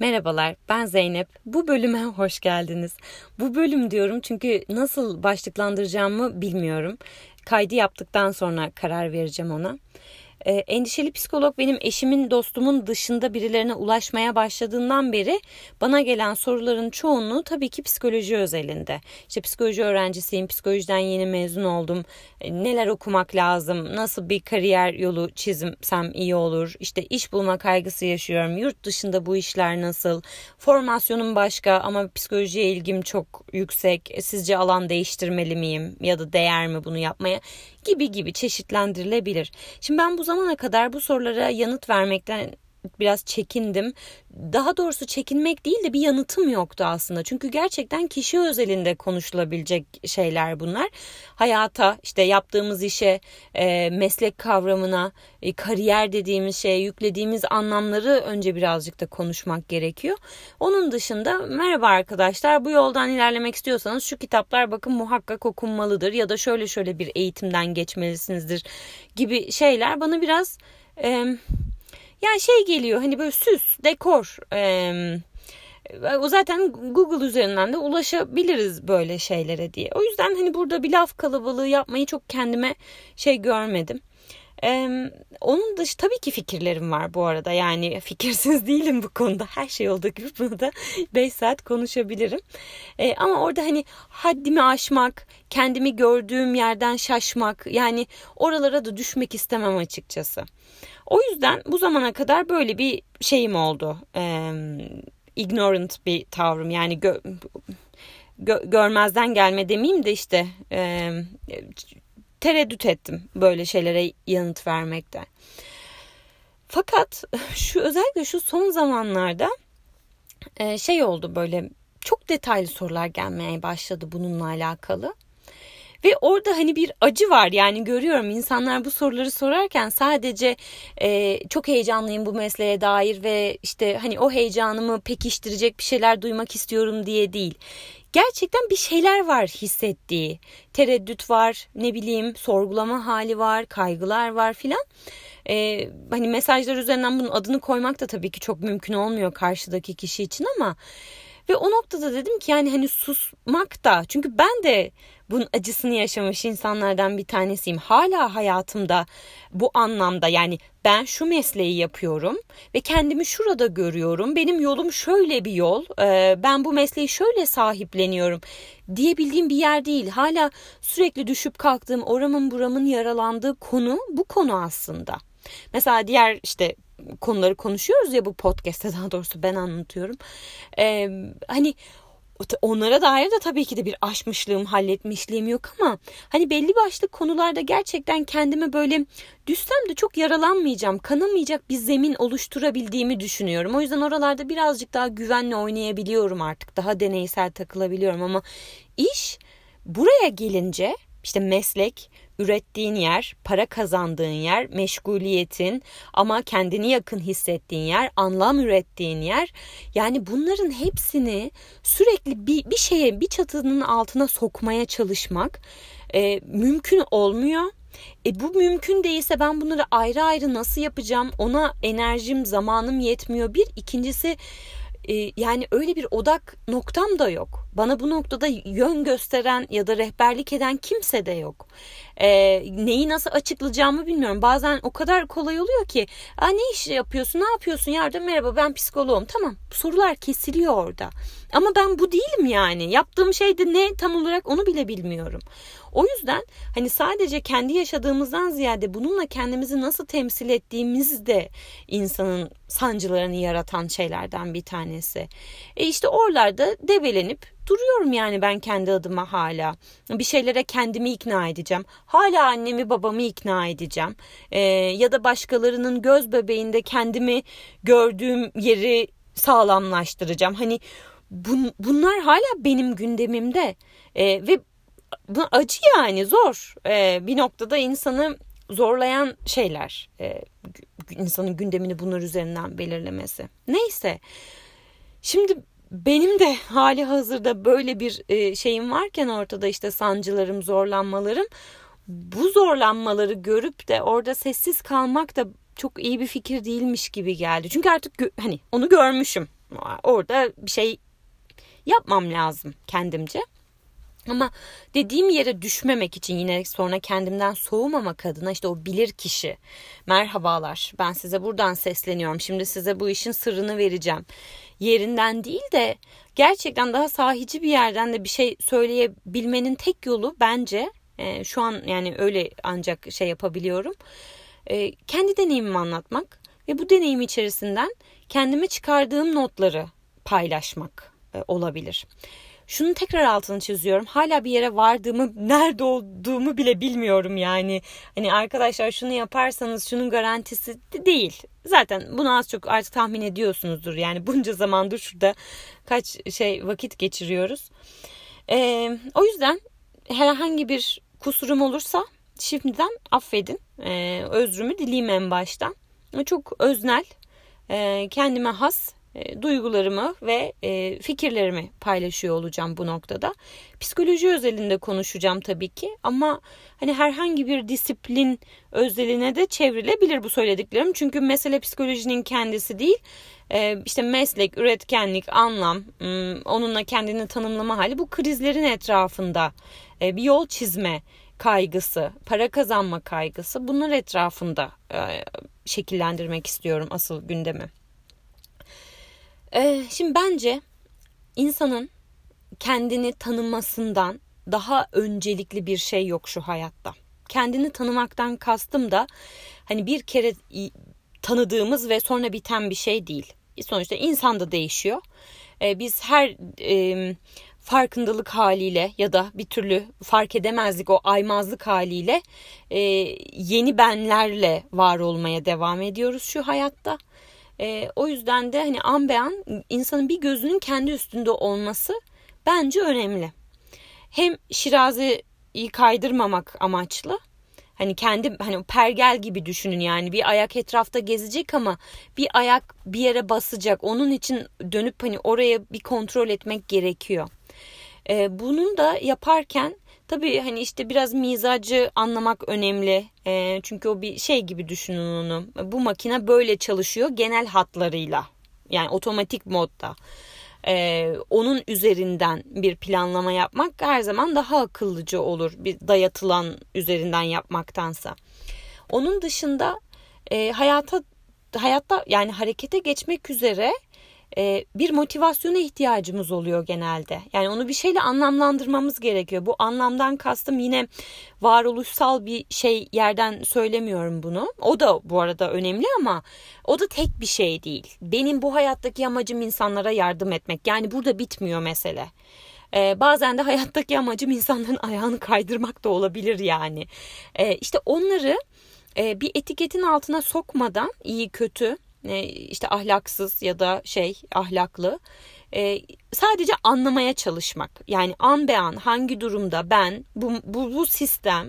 Merhabalar, ben Zeynep. Bu bölüme hoş geldiniz. Bu bölüm diyorum çünkü nasıl başlıklandıracağımı bilmiyorum. Kaydı yaptıktan sonra karar vereceğim ona. Endişeli psikolog benim eşimin, dostumun dışında birilerine ulaşmaya başladığından beri bana gelen soruların çoğunluğu tabii ki psikoloji özelinde. İşte psikoloji öğrencisiyim, psikolojiden yeni mezun oldum. Neler okumak lazım, nasıl bir kariyer yolu çizsem iyi olur, İşte iş bulma kaygısı yaşıyorum, yurt dışında bu işler nasıl, formasyonum başka ama psikolojiye ilgim çok yüksek, sizce alan değiştirmeli miyim ya da değer mi bunu yapmaya gibi çeşitlendirilebilir. Şimdi ben bu zamana kadar bu sorulara yanıt vermekten biraz çekindim. Daha doğrusu çekinmek değil de bir yanıtım yoktu aslında. Çünkü gerçekten kişi özelinde konuşulabilecek şeyler bunlar. Hayata, işte yaptığımız işe, meslek kavramına, kariyer dediğimiz şeye yüklediğimiz anlamları önce birazcık da konuşmak gerekiyor. Onun dışında merhaba arkadaşlar, bu yoldan ilerlemek istiyorsanız şu kitaplar bakın muhakkak okunmalıdır ya da şöyle bir eğitimden geçmelisinizdir gibi şeyler bana biraz geliyor, hani böyle süs, dekor. O zaten Google üzerinden de ulaşabiliriz böyle şeylere diye. O yüzden hani burada bir laf kalabalığı yapmayı çok kendime görmedim. Onun dışı tabii ki fikirlerim var bu arada. Yani fikirsiz değilim bu konuda. Her şey olduğu gibi bunu da 5 saat konuşabilirim. Ama orada hani haddimi aşmak, kendimi gördüğüm yerden şaşmak, yani oralara da düşmek istemem açıkçası. O yüzden bu zamana kadar böyle bir şeyim oldu. Ignorant bir tavrım, yani görmezden gelme demeyeyim de işte tereddüt ettim böyle şeylere yanıt vermekten. Fakat özellikle şu son zamanlarda oldu, böyle çok detaylı sorular gelmeye başladı bununla alakalı. Ve orada hani bir acı var, yani görüyorum insanlar bu soruları sorarken sadece çok heyecanlıyım bu mesleğe dair ve işte hani o heyecanımı pekiştirecek bir şeyler duymak istiyorum diye değil. Gerçekten bir şeyler var hissettiği, tereddüt var, sorgulama hali var, kaygılar var filan. Hani mesajlar üzerinden bunun adını koymak da tabii ki çok mümkün olmuyor karşıdaki kişi için ama ve o noktada dedim ki yani hani susmak da, çünkü ben de bunun acısını yaşamış insanlardan bir tanesiyim. Hala hayatımda bu anlamda, yani ben şu mesleği yapıyorum ve kendimi şurada görüyorum. Benim yolum şöyle bir yol. Ben bu mesleği şöyle sahipleniyorum diyebildiğim bir yer değil. Hala sürekli düşüp kalktığım, oramın buramın yaralandığı konu bu konu aslında. Mesela diğer işte konuları konuşuyoruz ya bu podcast'te, daha doğrusu ben anlatıyorum. Hani onlara dair de tabii ki de bir aşmışlığım, halletmişliğim yok ama hani belli başlı konularda gerçekten kendime böyle düşsem de çok yaralanmayacağım, kanamayacak bir zemin oluşturabildiğimi düşünüyorum. O yüzden oralarda birazcık daha güvenle oynayabiliyorum artık. Daha deneysel takılabiliyorum ama iş buraya gelince, işte meslek, ürettiğin yer, para kazandığın yer, meşguliyetin ama kendini yakın hissettiğin yer, anlam ürettiğin yer. Yani bunların hepsini sürekli bir şeye, bir çatının altına sokmaya çalışmak mümkün olmuyor. Bu mümkün değilse ben bunları ayrı ayrı nasıl yapacağım? Ona enerjim, zamanım yetmiyor. İkincisi yani öyle bir odak noktam da yok. Bana bu noktada yön gösteren ya da rehberlik eden kimse de yok. Neyi nasıl açıklayacağımı bilmiyorum. Bazen o kadar kolay oluyor ki, ne iş yapıyorsun, ne yapıyorsun, yardım, merhaba ben psikoloğum, tamam, sorular kesiliyor orada. Ama ben bu değilim yani. Yaptığım şey de ne tam olarak onu bile bilmiyorum. O yüzden hani sadece kendi yaşadığımızdan ziyade bununla kendimizi nasıl temsil ettiğimiz de insanın sancılarını yaratan şeylerden bir tanesi. İşte oralarda debelenip duruyorum yani ben kendi adıma hala. Bir şeylere kendimi ikna edeceğim. Hala annemi babamı ikna edeceğim. Ya da başkalarının göz bebeğinde kendimi gördüğüm yeri sağlamlaştıracağım. Hani bunlar hala benim gündemimde. Ve bu acı, yani zor. Bir noktada insanı zorlayan şeyler. İnsanın gündemini bunlar üzerinden belirlemesi. Neyse. Şimdi benim de hali hazırda böyle bir şeyim varken ortada, işte sancılarım, zorlanmalarım. Bu zorlanmaları görüp de orada sessiz kalmak da çok iyi bir fikir değilmiş gibi geldi. Çünkü artık hani onu görmüşüm. Orada bir şey yapmam lazım kendimce. Ama dediğim yere düşmemek için, yine sonra kendimden soğumamak adına, işte o bilir kişi, merhabalar ben size buradan sesleniyorum, şimdi size bu işin sırrını vereceğim yerinden değil de gerçekten daha sahici bir yerden de bir şey söyleyebilmenin tek yolu bence şu an, yani öyle ancak şey yapabiliyorum, kendi deneyimimi anlatmak ve bu deneyim içerisinden kendime çıkardığım notları paylaşmak olabilir. Şunun tekrar altını çiziyorum. Hala bir yere vardığımı, nerede olduğumu bile bilmiyorum yani. Hani arkadaşlar şunu yaparsanız şunun garantisi de değil. Zaten bunu az çok artık tahmin ediyorsunuzdur. Yani bunca zamandır şurada kaç vakit geçiriyoruz. O yüzden herhangi bir kusurum olursa şimdiden affedin. Özrümü dileyim en baştan. Çok öznel, kendime has duygularımı ve fikirlerimi paylaşıyor olacağım bu noktada. Psikoloji özelinde konuşacağım tabii ki, ama hani herhangi bir disiplin özeline de çevrilebilir bu söylediklerim. Çünkü mesele psikolojinin kendisi değil. İşte meslek, üretkenlik, anlam, onunla kendini tanımlama hali, bu krizlerin etrafında bir yol çizme kaygısı, para kazanma kaygısı, bunlar etrafında şekillendirmek istiyorum asıl gündemi. Şimdi bence insanın kendini tanımasından daha öncelikli bir şey yok şu hayatta. Kendini tanımaktan kastım da hani bir kere tanıdığımız ve sonra biten bir şey değil. Sonuçta insan da değişiyor. Biz her farkındalık haliyle ya da bir türlü fark edemezlik, o aymazlık haliyle yeni benlerle var olmaya devam ediyoruz şu hayatta. O yüzden de hani an be an insanın bir gözünün kendi üstünde olması bence önemli. Hem Şirazi'yi kaydırmamak amaçlı. Hani hani pergel gibi düşünün, yani bir ayak etrafta gezecek ama bir ayak bir yere basacak. Onun için dönüp hani oraya bir kontrol etmek gerekiyor. Bunun da yaparken tabii hani işte biraz mizacı anlamak önemli. Çünkü o bir şey gibi düşünün onu. Bu makine böyle çalışıyor genel hatlarıyla. Yani otomatik modda. Onun üzerinden bir planlama yapmak her zaman daha akıllıca olur. Bir dayatılan üzerinden yapmaktansa. Onun dışında hayatta yani harekete geçmek üzere bir motivasyona ihtiyacımız oluyor genelde. Yani onu bir şeyle anlamlandırmamız gerekiyor. Bu anlamdan kastım yine varoluşsal bir yerden söylemiyorum bunu. O da bu arada önemli ama o da tek bir şey değil. Benim bu hayattaki amacım insanlara yardım etmek. Yani burada bitmiyor mesele. Bazen de hayattaki amacım insanların ayağını kaydırmak da olabilir yani. İşte onları bir etiketin altına sokmadan, iyi kötü, işte ahlaksız ya da ahlaklı, sadece anlamaya çalışmak. Yani an be an hangi durumda ben bu sistem,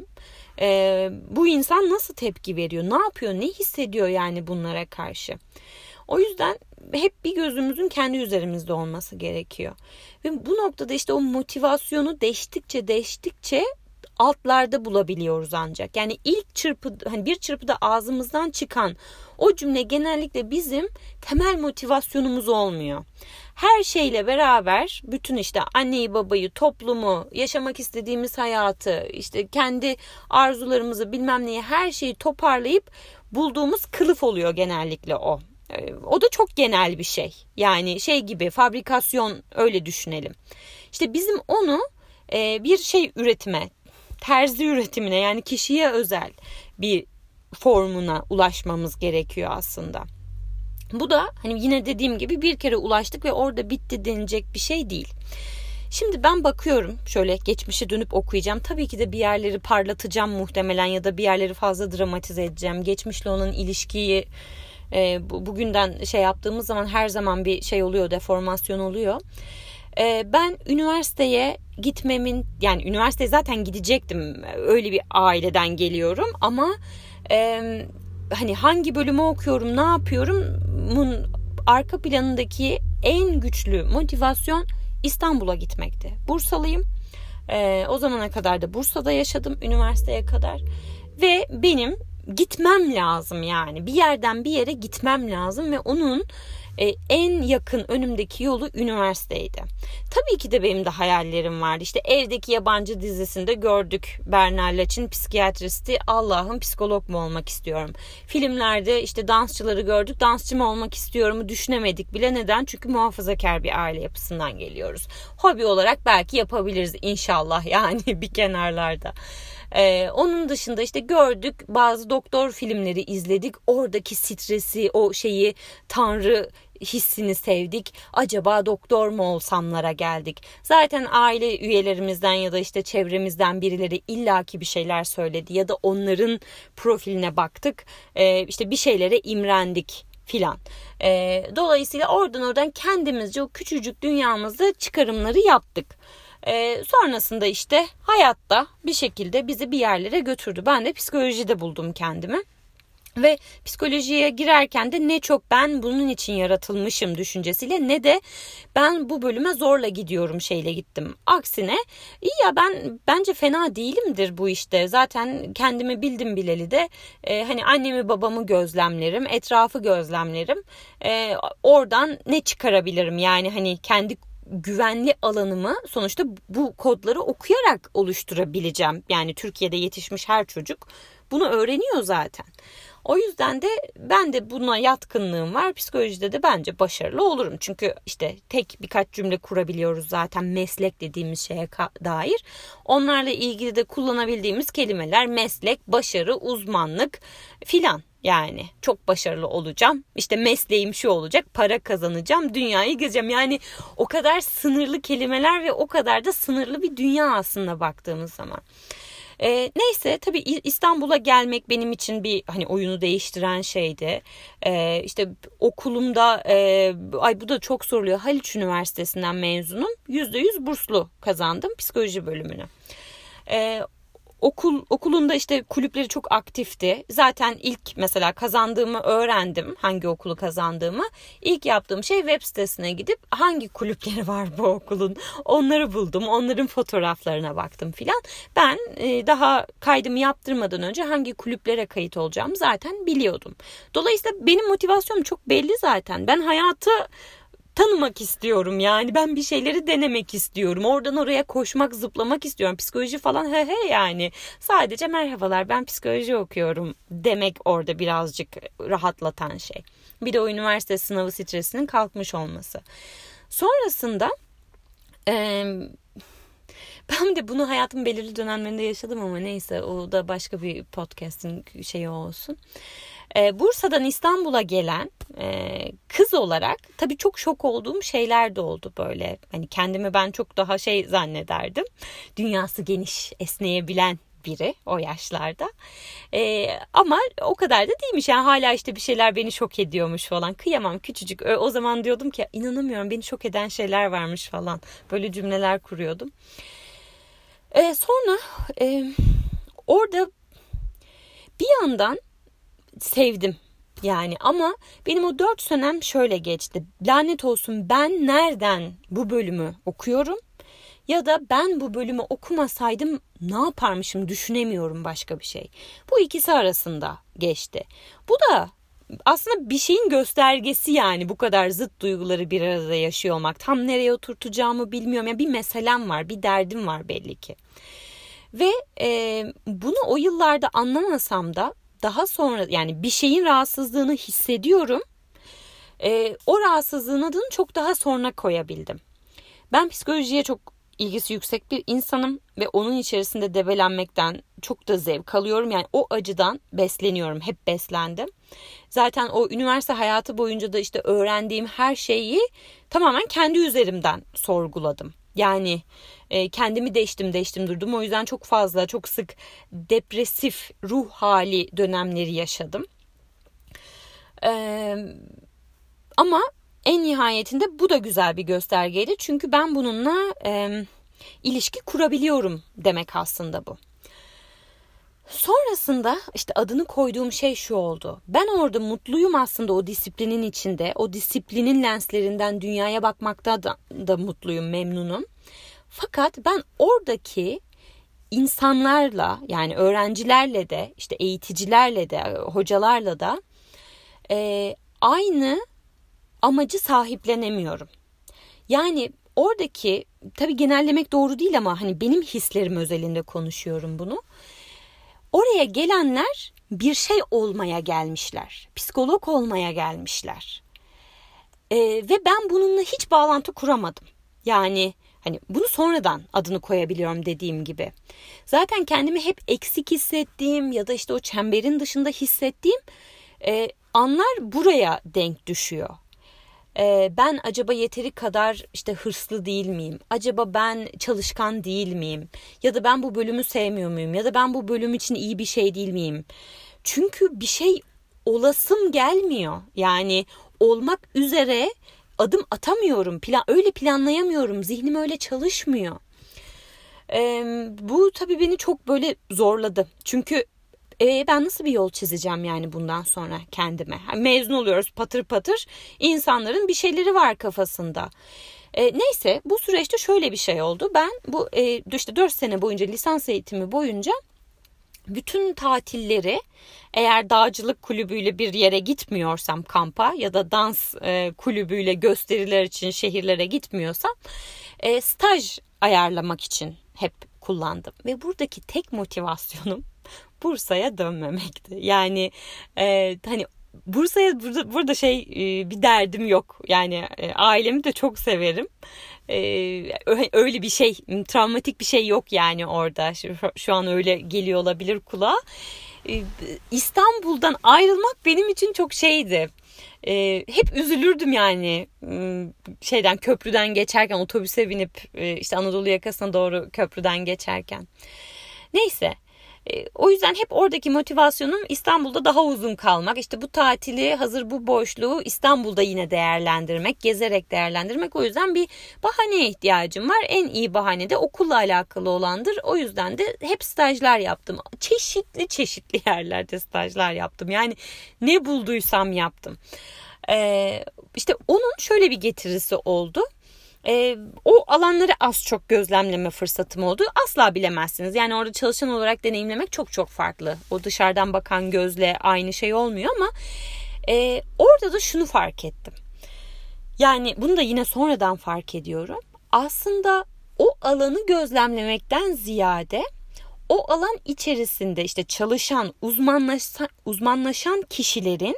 bu insan nasıl tepki veriyor, ne yapıyor, ne hissediyor yani bunlara karşı. O yüzden hep bir gözümüzün kendi üzerimizde olması gerekiyor. Ve bu noktada işte o motivasyonu değiştikçe altlarda bulabiliyoruz ancak. Yani ilk hani bir çırpıda ağzımızdan çıkan o cümle genellikle bizim temel motivasyonumuz olmuyor. Her şeyle beraber bütün işte anneyi, babayı, toplumu, yaşamak istediğimiz hayatı, işte kendi arzularımızı, bilmem neyi, her şeyi toparlayıp bulduğumuz kılıf oluyor genellikle o. O da çok genel bir şey. Yani gibi, fabrikasyon, öyle düşünelim. İşte bizim onu bir üretime, terzi üretimine, yani kişiye özel bir formuna ulaşmamız gerekiyor aslında. Bu da hani yine dediğim gibi bir kere ulaştık ve orada bitti denilecek bir şey değil. Şimdi ben bakıyorum, şöyle geçmişe dönüp okuyacağım. Tabii ki de bir yerleri parlatacağım muhtemelen ya da bir yerleri fazla dramatize edeceğim. Geçmişle olan ilişkiyi bugünden yaptığımız zaman her zaman bir oluyor, deformasyon oluyor. Ben üniversiteye gitmemin, yani üniversiteye zaten gidecektim, öyle bir aileden geliyorum ama hani hangi bölümü okuyorum, ne yapıyorumun arka planındaki en güçlü motivasyon İstanbul'a gitmekti. Bursalıyım. O zamana kadar da Bursa'da yaşadım, üniversiteye kadar ve benim gitmem lazım, yani bir yerden bir yere gitmem lazım ve onun en yakın önümdeki yolu üniversiteydi. Tabii ki de benim de hayallerim vardı. İşte Evdeki Yabancı dizisinde gördük Bernard Laç'ın psikiyatristi. Allah'ım psikolog mu olmak istiyorum. Filmlerde işte dansçıları gördük. Dansçı mı olmak istiyorumu düşünemedik bile. Neden? Çünkü muhafazakar bir aile yapısından geliyoruz. Hobi olarak belki yapabiliriz inşallah yani bir kenarlarda. Onun dışında işte gördük, bazı doktor filmleri izledik. Oradaki stresi, o şeyi, tanrı hissini sevdik. Acaba doktor mu olsamlara geldik. Zaten aile üyelerimizden ya da işte çevremizden birileri illaki bir şeyler söyledi ya da onların profiline baktık. İşte bir şeylere imrendik filan. Dolayısıyla oradan kendimizce o küçücük dünyamızda çıkarımları yaptık. Sonrasında işte hayatta bir şekilde bizi bir yerlere götürdü. Ben de psikolojide buldum kendimi. Ve psikolojiye girerken de ne çok ben bunun için yaratılmışım düşüncesiyle ne de ben bu bölüme zorla gidiyorum şeyle gittim. Aksine iyi ya, ben bence fena değilimdir bu işte. Zaten kendimi bildim bileli de hani annemi babamı gözlemlerim, etrafı gözlemlerim. Oradan ne çıkarabilirim yani hani kendi güvenli alanımı sonuçta bu kodları okuyarak oluşturabileceğim. Yani Türkiye'de yetişmiş her çocuk bunu öğreniyor zaten. O yüzden de ben de buna yatkınlığım var. Psikolojide de bence başarılı olurum. Çünkü işte tek birkaç cümle kurabiliyoruz zaten meslek dediğimiz şeye dair. Onlarla ilgili de kullanabildiğimiz kelimeler meslek, başarı, uzmanlık filan. Yani çok başarılı olacağım. İşte mesleğim şu olacak. Para kazanacağım. Dünyayı gezeceğim. Yani o kadar sınırlı kelimeler ve o kadar da sınırlı bir dünya aslında baktığımız zaman. Neyse tabii İstanbul'a gelmek benim için bir hani oyunu değiştiren şeydi. İşte okulumda ay bu da çok soruluyor. Haliç Üniversitesi'nden mezunum. %100 burslu kazandım psikoloji bölümünü. Okulunda işte kulüpleri çok aktifti. Zaten ilk mesela kazandığımı öğrendim. Hangi okulu kazandığımı. İlk yaptığım şey web sitesine gidip hangi kulüpleri var bu okulun. Onları buldum. Onların fotoğraflarına baktım filan. Ben daha kaydımı yaptırmadan önce hangi kulüplere kayıt olacağımı zaten biliyordum. Dolayısıyla benim motivasyonum çok belli zaten. Ben hayatı tanımak istiyorum yani, ben bir şeyleri denemek istiyorum, oradan oraya koşmak, zıplamak istiyorum. Psikoloji falan he yani, sadece merhabalar ben psikoloji okuyorum demek orada birazcık rahatlatan şey. Bir de o üniversite sınavı stresinin kalkmış olması. Sonrasında ben de bunu hayatımın belirli dönemlerinde yaşadım ama neyse, o da başka bir podcast'in şeyi olsun. Bursa'dan İstanbul'a gelen kız olarak tabii çok şok olduğum şeyler de oldu böyle. Hani kendimi ben çok daha şey zannederdim. Dünyası geniş, esneyebilen biri o yaşlarda. Ama o kadar da değilmiş. Yani hala işte bir şeyler beni şok ediyormuş falan. Kıyamam, küçücük. O zaman diyordum ki inanamıyorum, beni şok eden şeyler varmış falan. Böyle cümleler kuruyordum. Sonra orada bir yandan sevdim yani, ama benim o 4 senem şöyle geçti. Lanet olsun, ben nereden bu bölümü okuyorum ya da ben bu bölümü okumasaydım ne yaparmışım, düşünemiyorum başka bir şey. Bu ikisi arasında geçti. Bu da aslında bir şeyin göstergesi yani, bu kadar zıt duyguları bir arada yaşıyor olmak. Tam nereye oturtacağımı bilmiyorum. Yani bir meselem var, bir derdim var belli ki. Ve bunu o yıllarda anlamasam da daha sonra yani bir şeyin rahatsızlığını hissediyorum. O rahatsızlığın adını çok daha sonra koyabildim. Ben psikolojiye çok ilgisi yüksek bir insanım ve onun içerisinde debelenmekten çok da zevk alıyorum. Yani o acıdan besleniyorum, hep beslendim. Zaten o üniversite hayatı boyunca da işte öğrendiğim her şeyi tamamen kendi üzerimden sorguladım. Yani kendimi değiştim durdum. O yüzden çok fazla, çok sık depresif ruh hali dönemleri yaşadım. Ama en nihayetinde bu da güzel bir göstergeydi. Çünkü ben bununla ilişki kurabiliyorum demek aslında bu. Sonrasında işte adını koyduğum şey şu oldu. Ben orada mutluyum aslında, o disiplinin içinde. O disiplinin lenslerinden dünyaya bakmakta da mutluyum, memnunum. Fakat ben oradaki insanlarla, yani öğrencilerle de, işte eğiticilerle de, hocalarla da aynı amacı sahiplenemiyorum. Yani oradaki, tabii genellemek doğru değil ama hani benim hislerim özelinde konuşuyorum bunu. Oraya gelenler bir şey olmaya gelmişler. Psikolog olmaya gelmişler. Ve ben bununla hiç bağlantı kuramadım. Yani hani bunu sonradan adını koyabiliyorum dediğim gibi. Zaten kendimi hep eksik hissettiğim ya da işte o çemberin dışında hissettiğim anlar buraya denk düşüyor. Ben acaba yeteri kadar işte hırslı değil miyim? Acaba ben çalışkan değil miyim? Ya da ben bu bölümü sevmiyor muyum? Ya da ben bu bölüm için iyi bir şey değil miyim? Çünkü bir şey olasım gelmiyor. Yani olmak üzere adım atamıyorum. Öyle planlayamıyorum. Zihnim öyle çalışmıyor. Bu tabii beni çok böyle zorladı. Çünkü ben nasıl bir yol çizeceğim yani bundan sonra kendime? Mezun oluyoruz patır patır. İnsanların bir şeyleri var kafasında. Neyse, bu süreçte şöyle bir şey oldu. Ben bu işte 4 sene boyunca, lisans eğitimi boyunca bütün tatilleri, eğer dağcılık kulübüyle bir yere gitmiyorsam kampa ya da dans kulübüyle gösteriler için şehirlere gitmiyorsam staj ayarlamak için hep kullandım. Ve buradaki tek motivasyonum Bursa'ya dönmemekti. Yani hani Bursa'ya burada bir derdim yok. Yani ailemi de çok severim. Öyle bir şey, travmatik bir şey yok yani orada. Şu an öyle geliyor olabilir kulağa. İstanbul'dan ayrılmak benim için çok şeydi. Hep üzülürdüm yani, köprüden geçerken, otobüse binip işte Anadolu yakasına doğru köprüden geçerken. Neyse. O yüzden hep oradaki motivasyonum İstanbul'da daha uzun kalmak. İşte bu tatili, hazır bu boşluğu İstanbul'da yine değerlendirmek, gezerek değerlendirmek. O yüzden bir bahaneye ihtiyacım var. En iyi bahane de okulla alakalı olandır. O yüzden de hep stajlar yaptım. Çeşitli yerlerde stajlar yaptım. Yani ne bulduysam yaptım. İşte onun şöyle bir getirisi oldu. O alanları az çok gözlemleme fırsatım oldu. Asla bilemezsiniz. Yani orada çalışan olarak deneyimlemek çok çok farklı. O dışarıdan bakan gözle aynı şey olmuyor ama orada da şunu fark ettim. Yani bunu da yine sonradan fark ediyorum. Aslında o alanı gözlemlemekten ziyade o alan içerisinde işte çalışan, uzmanlaşan kişilerin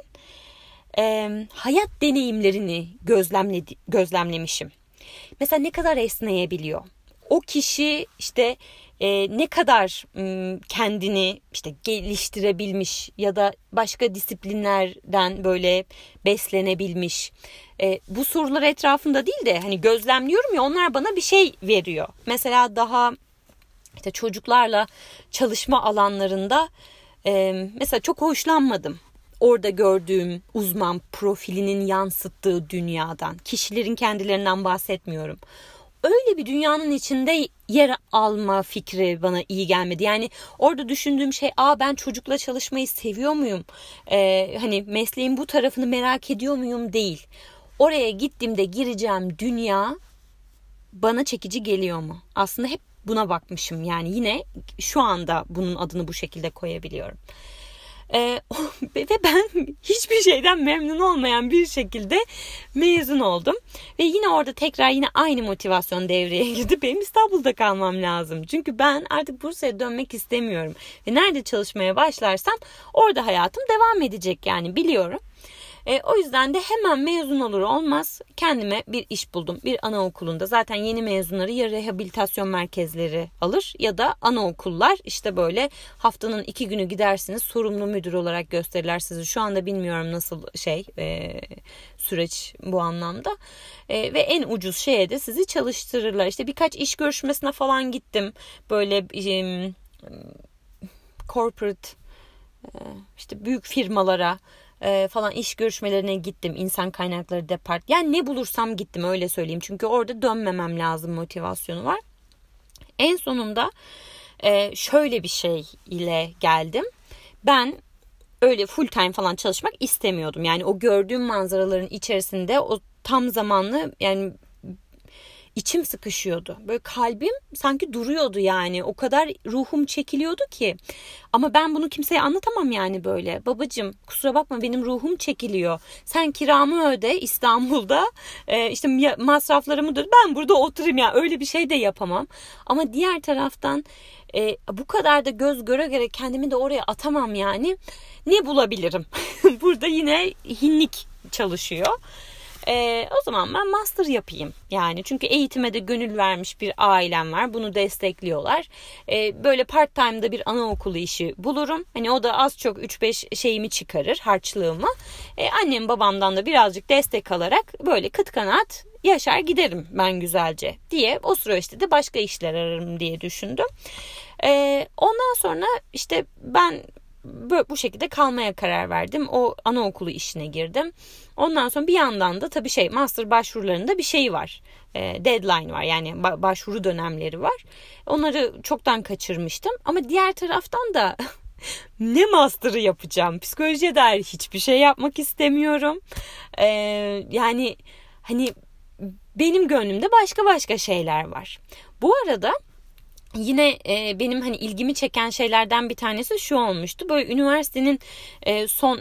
hayat deneyimlerini gözlemlemişim. Mesela ne kadar esneyebiliyor? O kişi işte ne kadar kendini işte geliştirebilmiş ya da başka disiplinlerden böyle beslenebilmiş. Bu sorular etrafında değil de hani gözlemliyorum ya, onlar bana bir şey veriyor. Mesela daha işte çocuklarla çalışma alanlarında mesela çok hoşlanmadım. Orada gördüğüm uzman profilinin yansıttığı dünyadan, kişilerin kendilerinden bahsetmiyorum. Öyle bir dünyanın içinde yer alma fikri bana iyi gelmedi. Yani orada düşündüğüm şey, ben çocukla çalışmayı seviyor muyum? Hani mesleğin bu tarafını merak ediyor muyum? Değil. Oraya gittiğimde gireceğim dünya bana çekici geliyor mu? Aslında hep buna bakmışım. Yani yine şu anda bunun adını bu şekilde koyabiliyorum. Ve ben hiçbir şeyden memnun olmayan bir şekilde mezun oldum. Ve yine orada tekrar aynı motivasyon devreye girdi. Benim İstanbul'da kalmam lazım. Çünkü ben artık Bursa'ya dönmek istemiyorum. Ve nerede çalışmaya başlarsam orada hayatım devam edecek, yani biliyorum. O yüzden de hemen mezun olur olmaz kendime bir iş buldum. Bir anaokulunda. Zaten yeni mezunları ya rehabilitasyon merkezleri alır ya da anaokullar, işte böyle haftanın 2 günü gidersiniz, sorumlu müdür olarak gösterirler sizi. Şu anda bilmiyorum nasıl süreç bu anlamda. Ve en ucuz şeye de sizi çalıştırırlar. İşte birkaç iş görüşmesine falan gittim. Böyle corporate işte büyük firmalara falan iş görüşmelerine gittim. İnsan kaynakları yani ne bulursam gittim, öyle söyleyeyim. Çünkü orada dönmemem lazım motivasyonu var. En sonunda şöyle bir şey ile geldim. Ben öyle full time falan çalışmak istemiyordum. Yani o gördüğüm manzaraların içerisinde o tam zamanlı, yani içim sıkışıyordu. Böyle kalbim sanki duruyordu yani. O kadar ruhum çekiliyordu ki. Ama ben bunu kimseye anlatamam yani böyle. Babacığım kusura bakma benim ruhum çekiliyor. Sen kiramı öde İstanbul'da. İşte masraflarımı öde. Ben burada oturayım ya. Öyle bir şey de yapamam. Ama diğer taraftan bu kadar da göz göre göre kendimi de oraya atamam yani. Ne bulabilirim? Burada yine hinlik çalışıyor. O zaman ben master yapayım yani çünkü eğitime de gönül vermiş bir ailem var, bunu destekliyorlar. Böyle part time'da bir anaokulu işi bulurum, hani o da az çok 3-5 şeyimi çıkarır, harçlığımı. Annem babamdan da birazcık destek alarak böyle kıt kanaat yaşar giderim ben güzelce diye, o süreçte de başka işler ararım diye düşündüm. Ondan sonra işte ben bu şekilde kalmaya karar verdim. O anaokulu işine girdim. Ondan sonra bir yandan da tabii master başvurularında bir şey var. Deadline var yani başvuru dönemleri var. Onları çoktan kaçırmıştım. Ama diğer taraftan da ne master'ı yapacağım? Psikolojiye dair hiçbir şey yapmak istemiyorum. Yani hani benim gönlümde başka şeyler var. Bu arada yine benim hani ilgimi çeken şeylerden bir tanesi şu olmuştu. Böyle üniversitenin son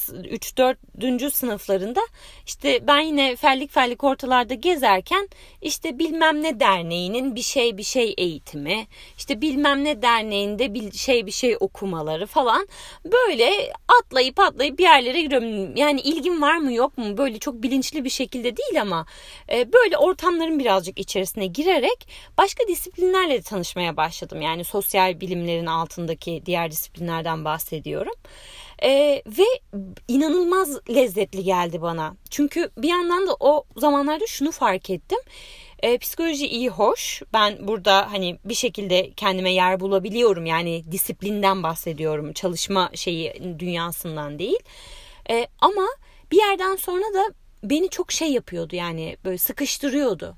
3-4. sınıflarında işte ben yine fellik ortalarda gezerken işte bilmem ne derneğinin bir şey eğitimi, işte bilmem ne derneğinde bir şey okumaları falan, böyle atlayıp bir yerlere giriyorum. Yani ilgim var mı yok mu, böyle çok bilinçli bir şekilde değil ama böyle ortamların birazcık içerisine girerek başka disiplinlerle de tanışmaya başladım. Yani sosyal bilimlerin altındaki diğer disiplinlerden bahsediyorum. Ve inanılmaz lezzetli geldi bana. Çünkü bir yandan da o zamanlarda şunu fark ettim. Psikoloji iyi hoş. Ben burada hani bir şekilde kendime yer bulabiliyorum. Yani disiplinden bahsediyorum. Çalışma dünyasından değil. Ama bir yerden sonra da beni çok yapıyordu. Yani böyle sıkıştırıyordu.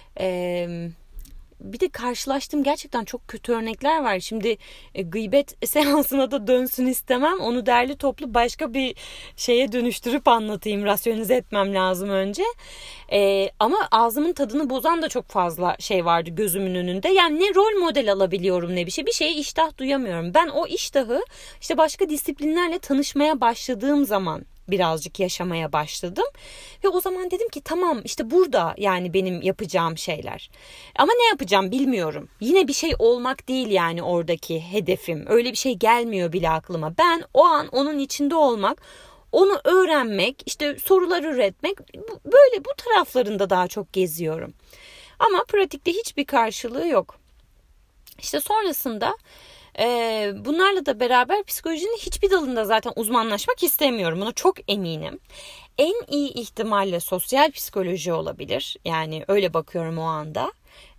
Bir de karşılaştığım gerçekten çok kötü örnekler var. Şimdi gıybet seansına da dönsün istemem. Onu derli toplu başka bir şeye dönüştürüp anlatayım. Rasyonize etmem lazım önce. Ama ağzımın tadını bozan da çok fazla şey vardı gözümün önünde. Yani ne rol model alabiliyorum ne bir şey. Bir şeye iştah duyamıyorum. Ben o iştahı işte başka disiplinlerle tanışmaya başladığım zaman birazcık yaşamaya başladım. Ve o zaman dedim ki tamam, işte burada yani benim yapacağım şeyler. Ama ne yapacağım bilmiyorum. Yine bir şey olmak değil yani oradaki hedefim. Öyle bir şey gelmiyor bile aklıma. Ben o an onun içinde olmak, onu öğrenmek, işte sorular üretmek, böyle bu taraflarında daha çok geziyorum. Ama pratikte hiçbir karşılığı yok. İşte sonrasında bunlarla da beraber psikolojinin hiçbir dalında zaten uzmanlaşmak istemiyorum. Buna çok eminim. En iyi ihtimalle sosyal psikoloji olabilir. Yani öyle bakıyorum o anda.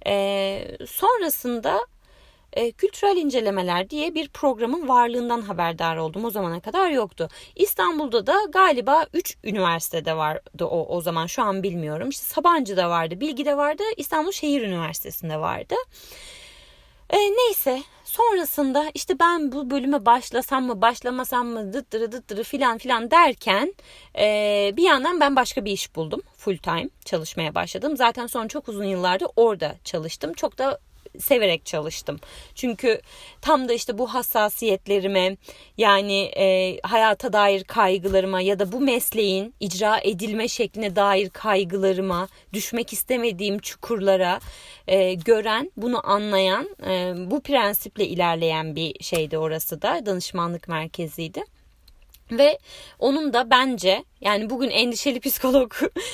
Sonrasında kültürel incelemeler diye bir programın varlığından haberdar oldum. O zamana kadar yoktu. İstanbul'da da galiba 3 üniversitede vardı o zaman, şu an bilmiyorum. İşte Sabancı'da vardı, Bilgi'de vardı, İstanbul Şehir Üniversitesi'nde vardı. Neyse, sonrasında işte ben bu bölüme başlasam mı başlamasam mı dıttırı filan derken bir yandan ben başka bir iş buldum. Full time çalışmaya başladım. Zaten sonra çok uzun yıllardır orada çalıştım. Çok da severek çalıştım. Çünkü tam da işte bu hassasiyetlerime, yani hayata dair kaygılarıma ya da bu mesleğin icra edilme şekline dair kaygılarıma, düşmek istemediğim çukurlara gören, bunu anlayan, bu prensiple ilerleyen bir şeydi orası da. Danışmanlık merkeziydi. Ve onun da bence yani bugün endişeli psikolog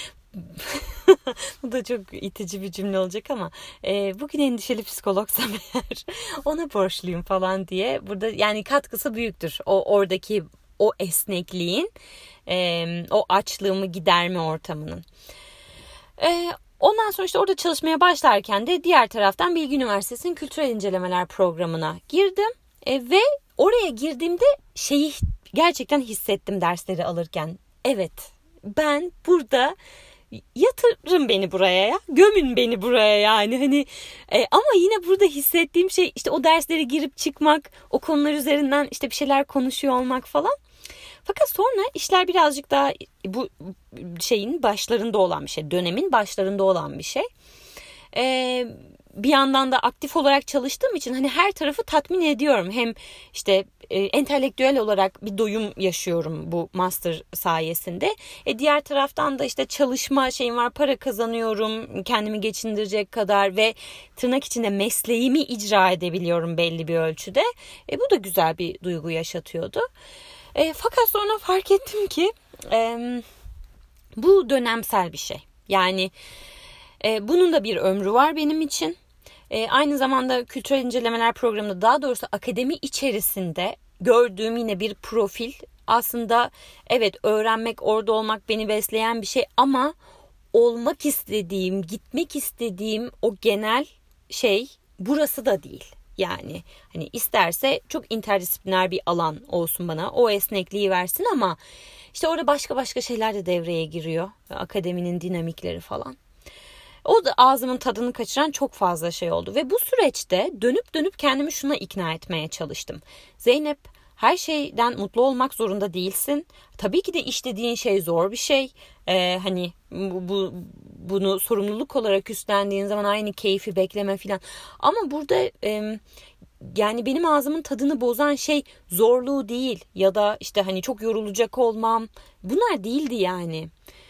bu da çok itici bir cümle olacak ama bugün endişeli psikologsam eğer ona borçluyum falan diye, burada yani katkısı büyüktür. Oradaki o esnekliğin, o açlığımı giderme ortamının. Ondan sonra işte orada çalışmaya başlarken de diğer taraftan Bilgi Üniversitesi'nin kültürel incelemeler programına girdim. Ve oraya girdiğimde gerçekten hissettim dersleri alırken. Evet, ben burada yatırın beni buraya ya. Gömün beni buraya yani. Hani ama yine burada hissettiğim şey işte o derslere girip çıkmak, o konular üzerinden işte bir şeyler konuşuyor olmak falan. Fakat sonra işler birazcık daha bu şeyin başlarında olan bir şey. Dönemin başlarında olan bir şey. Bir yandan da aktif olarak çalıştığım için hani her tarafı tatmin ediyorum. Hem işte entelektüel olarak bir doyum yaşıyorum bu master sayesinde. Diğer taraftan da işte çalışma şeyim var, para kazanıyorum kendimi geçindirecek kadar ve tırnak içinde mesleğimi icra edebiliyorum belli bir ölçüde. Bu da güzel bir duygu yaşatıyordu. Fakat sonra fark ettim ki bu dönemsel bir şey. Yani bunun da bir ömrü var benim için. Aynı zamanda kültürel incelemeler programında, daha doğrusu akademi içerisinde gördüğüm yine bir profil. Aslında evet, öğrenmek, orada olmak beni besleyen bir şey ama olmak istediğim, gitmek istediğim o genel şey burası da değil. Yani hani isterse çok interdisipliner bir alan olsun bana, o esnekliği versin ama işte orada başka şeyler de devreye giriyor. Akademinin dinamikleri falan. O da ağzımın tadını kaçıran çok fazla şey oldu. Ve bu süreçte dönüp kendimi şuna ikna etmeye çalıştım. Zeynep, her şeyden mutlu olmak zorunda değilsin. Tabii ki de işlediğin şey zor bir şey. Hani bunu sorumluluk olarak üstlendiğin zaman aynı keyfi bekleme falan. Ama burada yani benim ağzımın tadını bozan şey zorluğu değil. Ya da işte hani çok yorulacak olmam. Bunlar değildi yani.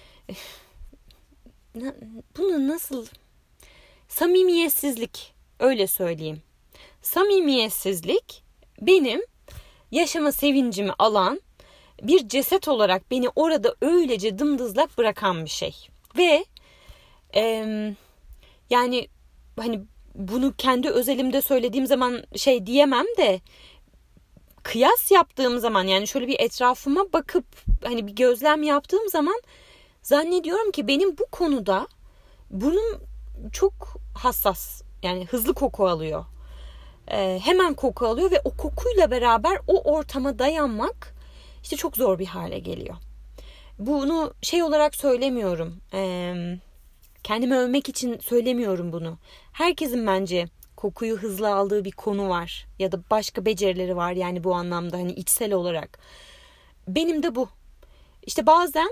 Bunu nasıl? Samimiyetsizlik, öyle söyleyeyim. Samimiyetsizlik benim yaşama sevincimi alan, bir ceset olarak beni orada öylece dımdızlak bırakan bir şey. Ve yani hani bunu kendi özelimde söylediğim zaman şey diyemem de, kıyas yaptığım zaman, yani şöyle bir etrafıma bakıp hani bir gözlem yaptığım zaman zannediyorum ki benim bu konuda burnum çok hassas. Yani hızlı koku alıyor. Hemen koku alıyor ve o kokuyla beraber o ortama dayanmak işte çok zor bir hale geliyor. Bunu şey olarak söylemiyorum. Kendimi övmek için söylemiyorum bunu. Herkesin bence kokuyu hızlı aldığı bir konu var. Ya da başka becerileri var yani bu anlamda, hani içsel olarak. Benim de bu. İşte bazen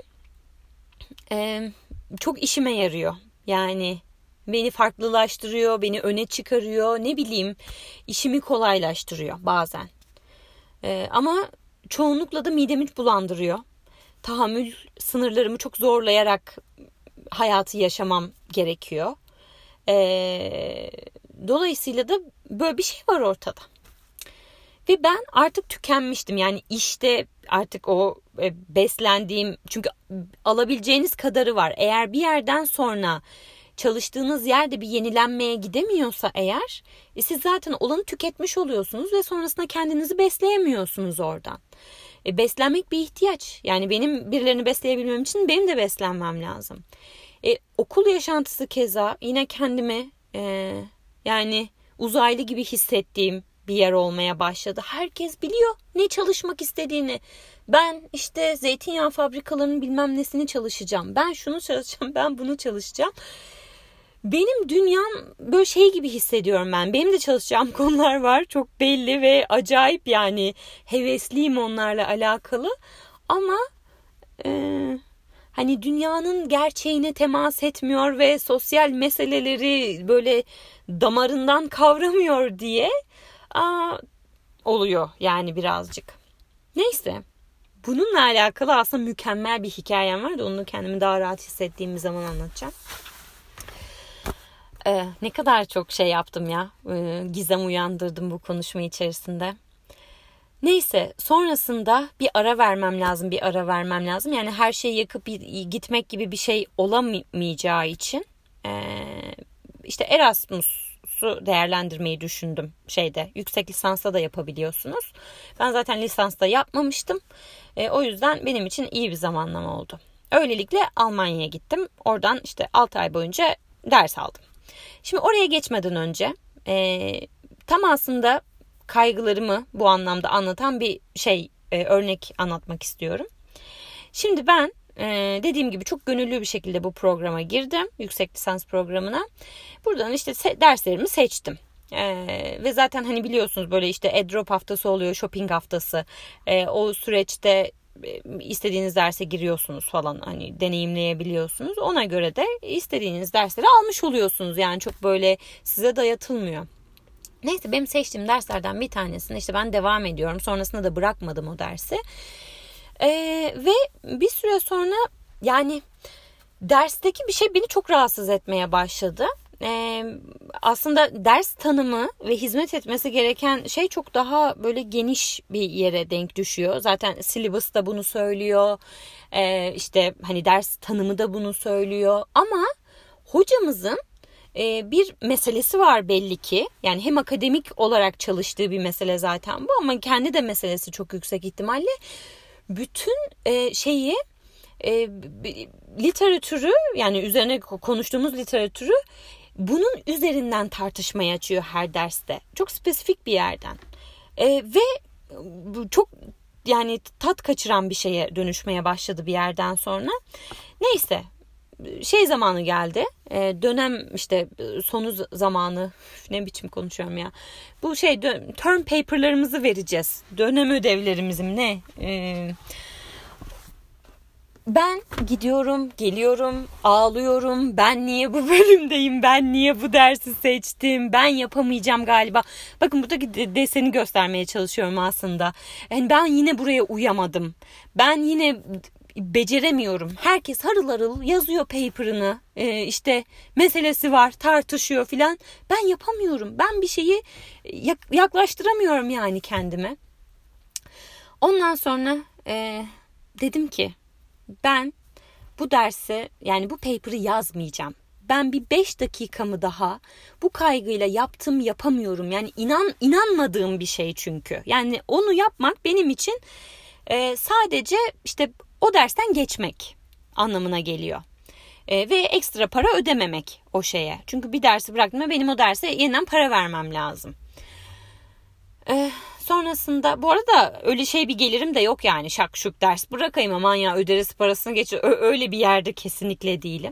çok işime yarıyor. Yani beni farklılaştırıyor, beni öne çıkarıyor, ne bileyim, işimi kolaylaştırıyor bazen. Ama çoğunlukla da midemi bulandırıyor. Tahammül sınırlarımı çok zorlayarak hayatı yaşamam gerekiyor. Dolayısıyla da böyle bir şey var ortada. Ve ben artık tükenmiştim. Yani işte artık o beslendiğim, çünkü alabileceğiniz kadarı var. Eğer bir yerden sonra çalıştığınız yerde bir yenilenmeye gidemiyorsa eğer, siz zaten olanı tüketmiş oluyorsunuz ve sonrasında kendinizi besleyemiyorsunuz oradan. Beslenmek bir ihtiyaç. Yani benim birilerini besleyebilmem için benim de beslenmem lazım. Okul yaşantısı keza yine kendimi yani uzaylı gibi hissettiğim bir yer olmaya başladı. Herkes biliyor ne çalışmak istediğini. Ben işte zeytinyağı fabrikalarının bilmem nesini çalışacağım. Ben şunu çalışacağım, ben bunu çalışacağım. Benim dünyam böyle şey gibi hissediyorum ben. Benim de çalışacağım konular var. Çok belli ve acayip, yani hevesliyim onlarla alakalı. Ama hani dünyanın gerçeğine temas etmiyor ve sosyal meseleleri böyle damarından kavramıyor diye oluyor yani birazcık. Neyse. Bununla alakalı aslında mükemmel bir hikayem var da onu kendimi daha rahat hissettiğim bir zaman anlatacağım. Ne kadar çok şey yaptım ya. Gizem uyandırdım bu konuşma içerisinde. Neyse, sonrasında bir ara vermem lazım. Yani her şeyi yakıp gitmek gibi bir şey olamayacağı için işte Erasmus'u değerlendirmeyi düşündüm. Yüksek lisansta da yapabiliyorsunuz. Ben zaten lisansta yapmamıştım. O yüzden benim için iyi bir zamanlama oldu. Öylelikle Almanya'ya gittim. Oradan işte 6 ay boyunca ders aldım. Şimdi oraya geçmeden önce tam aslında kaygılarımı bu anlamda anlatan bir örnek anlatmak istiyorum. Şimdi ben dediğim gibi çok gönüllü bir şekilde bu programa girdim. Yüksek lisans programına. Buradan işte derslerimi seçtim. Ve zaten hani biliyorsunuz böyle işte AirDrop haftası oluyor, shopping haftası. O süreçte istediğiniz derse giriyorsunuz falan, hani deneyimleyebiliyorsunuz. Ona göre de istediğiniz dersleri almış oluyorsunuz. Yani çok böyle size dayatılmıyor. Neyse, benim seçtiğim derslerden bir tanesine işte ben devam ediyorum. Sonrasında da bırakmadım o dersi. Ve bir süre sonra yani dersteki bir şey beni çok rahatsız etmeye başladı. Aslında ders tanımı ve hizmet etmesi gereken şey çok daha böyle geniş bir yere denk düşüyor. Zaten syllabus da bunu söylüyor. İşte hani ders tanımı da bunu söylüyor. Ama hocamızın bir meselesi var belli ki. Yani hem akademik olarak çalıştığı bir mesele zaten bu, ama kendi de meselesi çok yüksek ihtimalle. Bütün şeyi, literatürü, yani üzerine konuştuğumuz literatürü bunun üzerinden tartışmaya açıyor her derste. Çok spesifik bir yerden. Ve bu çok yani tat kaçıran bir şeye dönüşmeye başladı bir yerden sonra. Neyse, şey zamanı geldi. Dönem işte sonu zamanı, ne biçim konuşuyorum ya. Bu şey term paper'larımızı vereceğiz. Dönem ödevlerimizim ne? Ben gidiyorum, geliyorum, ağlıyorum. Ben niye bu bölümdeyim? Ben niye bu dersi seçtim? Ben yapamayacağım galiba. Bakın, buradaki deseni göstermeye çalışıyorum aslında. Yani ben yine buraya uyamadım. Ben yine beceremiyorum. Herkes harıl harıl yazıyor paper'ını. İşte meselesi var, tartışıyor filan. Ben yapamıyorum. Ben bir şeyi yaklaştıramıyorum yani kendime. Ondan sonra dedim ki ben bu dersi, yani bu paper'ı yazmayacağım. Ben bir 5 dakikamı daha bu kaygıyla yapamıyorum. Yani inanmadığım bir şey çünkü. Yani onu yapmak benim için sadece işte o dersten geçmek anlamına geliyor. Ve ekstra para ödememek o şeye. Çünkü bir dersi bıraktığımda benim o derse yeniden para vermem lazım. Sonrasında bu arada öyle şey bir gelirim de yok yani, şak şuk ders bırakayım aman ya öderiz parasını geçir, öyle bir yerde kesinlikle değilim.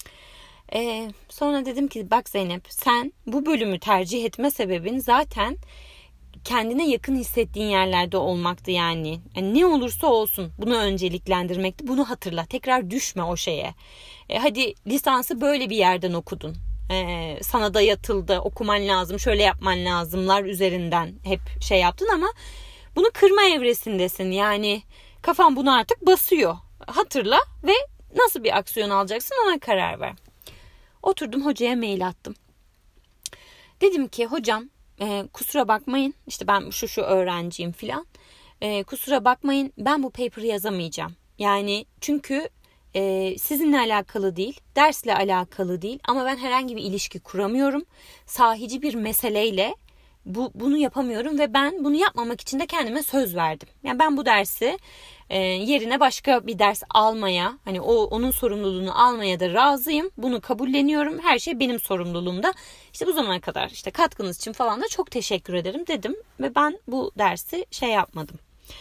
Sonra dedim ki bak Zeynep, sen bu bölümü tercih etme sebebin zaten kendine yakın hissettiğin yerlerde olmaktı yani. Ne olursa olsun bunu önceliklendirmekti. Bunu hatırla, tekrar düşme o şeye. Hadi lisansı böyle bir yerden okudun. Sana dayatıldı, okuman lazım, şöyle yapman lazımlar üzerinden hep şey yaptın ama bunu kırma evresindesin. Yani kafan bunu artık basıyor. Hatırla ve nasıl bir aksiyon alacaksın ona karar ver. Oturdum, hocaya mail attım. Dedim ki hocam kusura bakmayın, işte ben şu öğrenciyim filan. Kusura bakmayın, ben bu paper'ı yazamayacağım. Yani çünkü sizinle alakalı değil, dersle alakalı değil ama ben herhangi bir ilişki kuramıyorum. Sahici bir meseleyle bunu yapamıyorum ve ben bunu yapmamak için de kendime söz verdim. Yani ben bu dersi yerine başka bir ders almaya, hani onun sorumluluğunu almaya da razıyım. Bunu kabulleniyorum. Her şey benim sorumluluğumda. İşte bu zamana kadar işte katkınız için falan da çok teşekkür ederim dedim ve ben bu dersi şey yapmadım.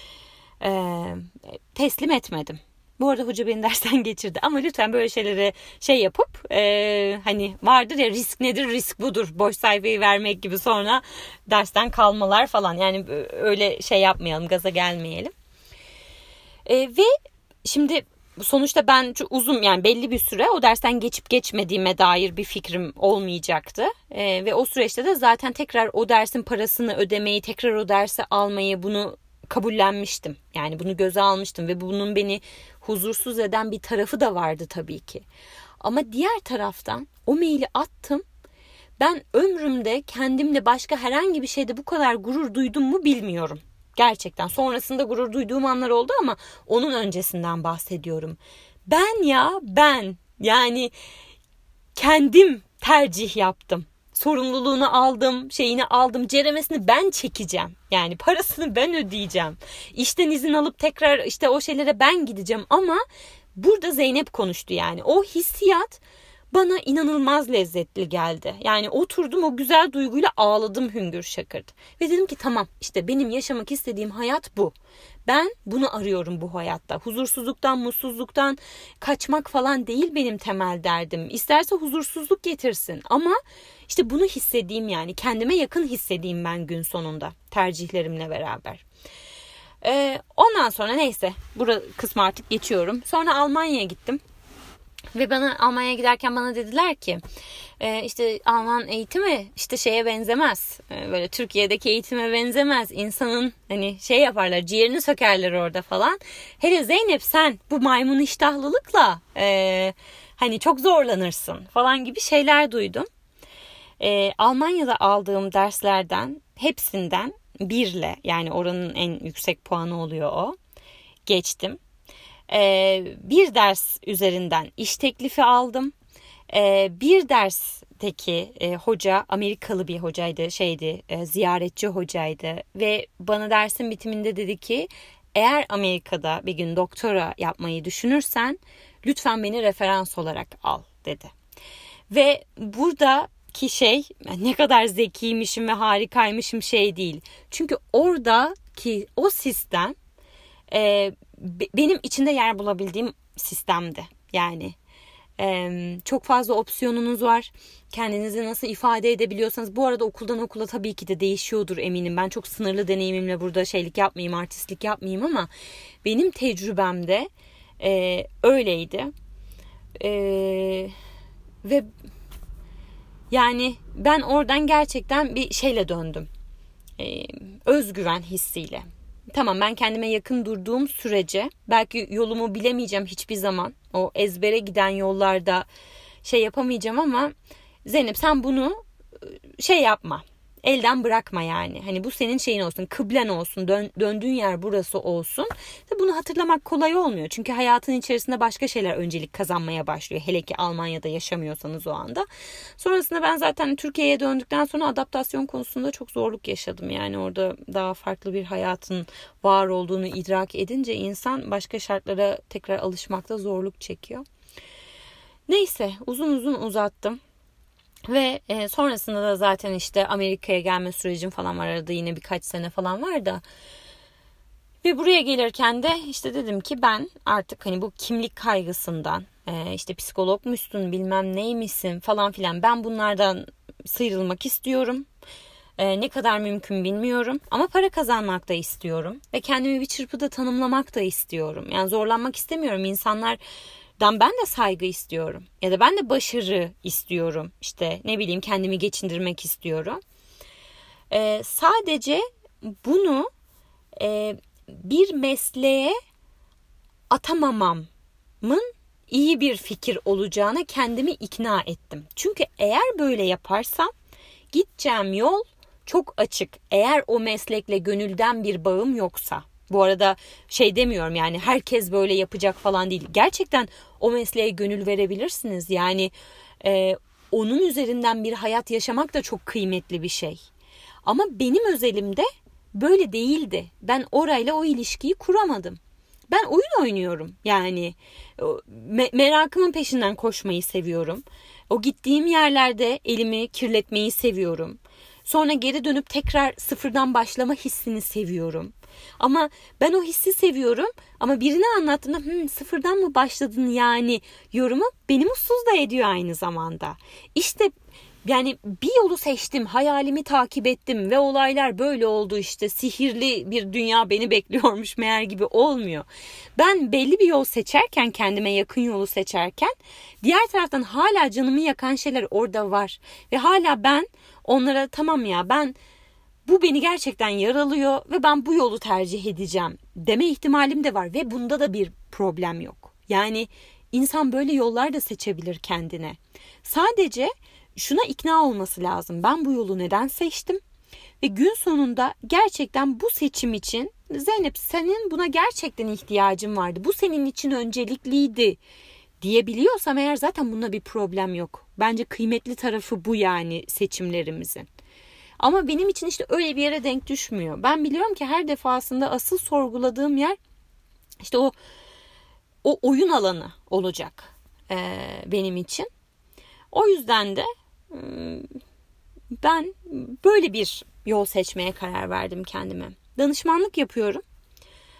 Teslim etmedim. Bu arada hoca beni dersten geçirdi ama lütfen böyle şeylere şey yapıp hani vardır ya, risk nedir, risk budur, boş sayfayı vermek gibi sonra dersten kalmalar falan, yani öyle şey yapmayalım, gaza gelmeyelim. Ve şimdi sonuçta ben çok uzun, yani belli bir süre o dersten geçip geçmediğime dair bir fikrim olmayacaktı. Ve o süreçte de zaten tekrar o dersin parasını ödemeyi, tekrar o dersi almayı, bunu kabullenmiştim. Yani bunu göze almıştım ve bunun beni huzursuz eden bir tarafı da vardı tabii ki. Ama diğer taraftan o maili attım. Ben ömrümde kendimle başka herhangi bir şeyde bu kadar gurur duydum mu bilmiyorum. Gerçekten sonrasında gurur duyduğum anlar oldu ama onun öncesinden bahsediyorum. Ben yani kendim tercih yaptım. Sorumluluğunu aldım, şeyini aldım, ceremesini ben çekeceğim. Yani parasını ben ödeyeceğim. İşten izin alıp tekrar işte o şeylere ben gideceğim ama burada Zeynep konuştu yani. O hissiyat bana inanılmaz lezzetli geldi. Yani oturdum, o güzel duyguyla ağladım hüngür şakırt. Ve dedim ki tamam, işte benim yaşamak istediğim hayat bu. Ben bunu arıyorum bu hayatta. Huzursuzluktan, mutsuzluktan kaçmak falan değil benim temel derdim. İsterse huzursuzluk getirsin ama işte bunu hissedeyim, yani kendime yakın hissedeyim ben gün sonunda tercihlerimle beraber. Ondan sonra neyse kısmı artık geçiyorum. Sonra Almanya'ya gittim. Ve Almanya'ya giderken bana dediler ki işte Alman eğitimi işte şeye benzemez. Böyle Türkiye'deki eğitime benzemez. İnsanın hani şey yaparlar, ciğerini sökerler orada falan. Hele Zeynep sen bu maymun iştahlılıkla hani çok zorlanırsın falan gibi şeyler duydum. Almanya'da aldığım derslerden hepsinden 1'le, yani oranın en yüksek puanı oluyor o, geçtim. Bir ders üzerinden iş teklifi aldım. Bir dersteki hoca Amerikalı bir hocaydı, ziyaretçi hocaydı ve bana dersin bitiminde dedi ki eğer Amerika'da bir gün doktora yapmayı düşünürsen lütfen beni referans olarak al dedi. Ve buradaki ne kadar zekiymişim ve harikaymışım değil. Çünkü oradaki o sistem benim içinde yer bulabildiğim sistemdi. Yani çok fazla opsiyonunuz var. Kendinizi nasıl ifade edebiliyorsanız. Bu arada okuldan okula tabii ki de değişiyordur eminim. Ben çok sınırlı deneyimimle burada artistlik yapmayayım ama benim tecrübemde öyleydi. Ve yani ben oradan gerçekten bir şeyle döndüm. Özgüven hissiyle. Tamam, ben kendime yakın durduğum sürece belki yolumu bilemeyeceğim hiçbir zaman. O ezbere giden yollarda yapamayacağım ama Zeynep sen bunu yapma. Elden bırakma yani. Hani bu senin şeyin olsun, kıblen olsun, döndüğün yer burası olsun. Bunu hatırlamak kolay olmuyor. Çünkü hayatın içerisinde başka şeyler öncelik kazanmaya başlıyor. Hele ki Almanya'da yaşamıyorsanız o anda. Sonrasında ben zaten Türkiye'ye döndükten sonra adaptasyon konusunda çok zorluk yaşadım. Yani orada daha farklı bir hayatın var olduğunu idrak edince insan başka şartlara tekrar alışmakta zorluk çekiyor. Neyse, uzun uzun uzattım. Ve sonrasında da zaten işte Amerika'ya gelme sürecim falan var, arada yine birkaç sene falan var da. Ve buraya gelirken de işte dedim ki ben artık hani bu kimlik kaygısından, işte psikolog musun bilmem neymişsin falan filan, ben bunlardan sıyrılmak istiyorum. Ne kadar mümkün bilmiyorum ama para kazanmak da istiyorum. Ve kendimi bir çırpıda tanımlamak da istiyorum. Yani zorlanmak istemiyorum. İnsanlardan ben de saygı istiyorum. Ya da ben de başarı istiyorum. İşte ne bileyim, kendimi geçindirmek istiyorum. Sadece bunu bir mesleğe atamamamın iyi bir fikir olacağına kendimi ikna ettim. Çünkü eğer böyle yaparsam gideceğim yol çok açık. Eğer o meslekle gönülden bir bağım yoksa. Bu arada demiyorum yani herkes böyle yapacak falan değil. Gerçekten o mesleğe gönül verebilirsiniz. Yani onun üzerinden bir hayat yaşamak da çok kıymetli bir şey. Ama benim özelimde böyle değildi. Ben orayla o ilişkiyi kuramadım. Ben oyun oynuyorum. Yani merakımın peşinden koşmayı seviyorum. O gittiğim yerlerde elimi kirletmeyi seviyorum. Sonra geri dönüp tekrar sıfırdan başlama hissini seviyorum. Ama ben o hissi seviyorum. Ama birine anlattığımda sıfırdan mı başladın yani yorumu beni mutsuz da ediyor aynı zamanda. İşte yani bir yolu seçtim, hayalimi takip ettim ve olaylar böyle oldu, işte sihirli bir dünya beni bekliyormuş meğer gibi olmuyor. Ben belli bir yol seçerken, kendime yakın yolu seçerken, diğer taraftan hala canımı yakan şeyler orada var. Ve hala ben onlara tamam ya, bu beni gerçekten yaralıyor ve ben bu yolu tercih edeceğim deme ihtimalim de var ve bunda da bir problem yok. Yani insan böyle yollar da seçebilir kendine. Sadece şuna ikna olması lazım. Ben bu yolu neden seçtim? Ve gün sonunda gerçekten bu seçim için Zeynep senin buna gerçekten ihtiyacın vardı. Bu senin için öncelikliydi diyebiliyorsam eğer zaten bunda bir problem yok. Bence kıymetli tarafı bu yani seçimlerimizin. Ama benim için işte öyle bir yere denk düşmüyor. Ben biliyorum ki her defasında asıl sorguladığım yer işte o oyun alanı olacak benim için. O yüzden de ben böyle bir yol seçmeye karar verdim kendime. Danışmanlık yapıyorum.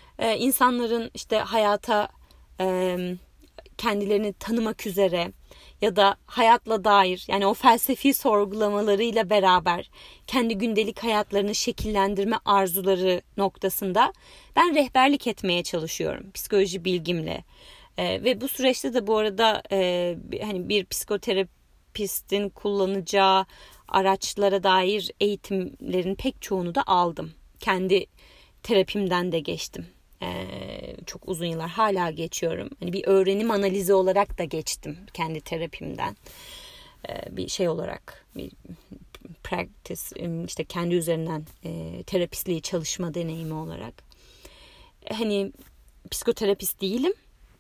İnsanların işte hayata kendilerini tanımak üzere ya da hayatla dair, yani o felsefi sorgulamalarıyla beraber kendi gündelik hayatlarını şekillendirme arzuları noktasında ben rehberlik etmeye çalışıyorum psikoloji bilgimle. Ve bu süreçte de bu arada hani bir psikoterapistin kullanacağı araçlara dair eğitimlerin pek çoğunu da aldım. Kendi terapimden de geçtim. Çok uzun yıllar hala geçiyorum. Hani bir öğrenim analizi olarak da geçtim kendi terapimden. Bir şey olarak, bir practice, işte kendi üzerinden terapistliği çalışma deneyimi olarak. Hani psikoterapist değilim.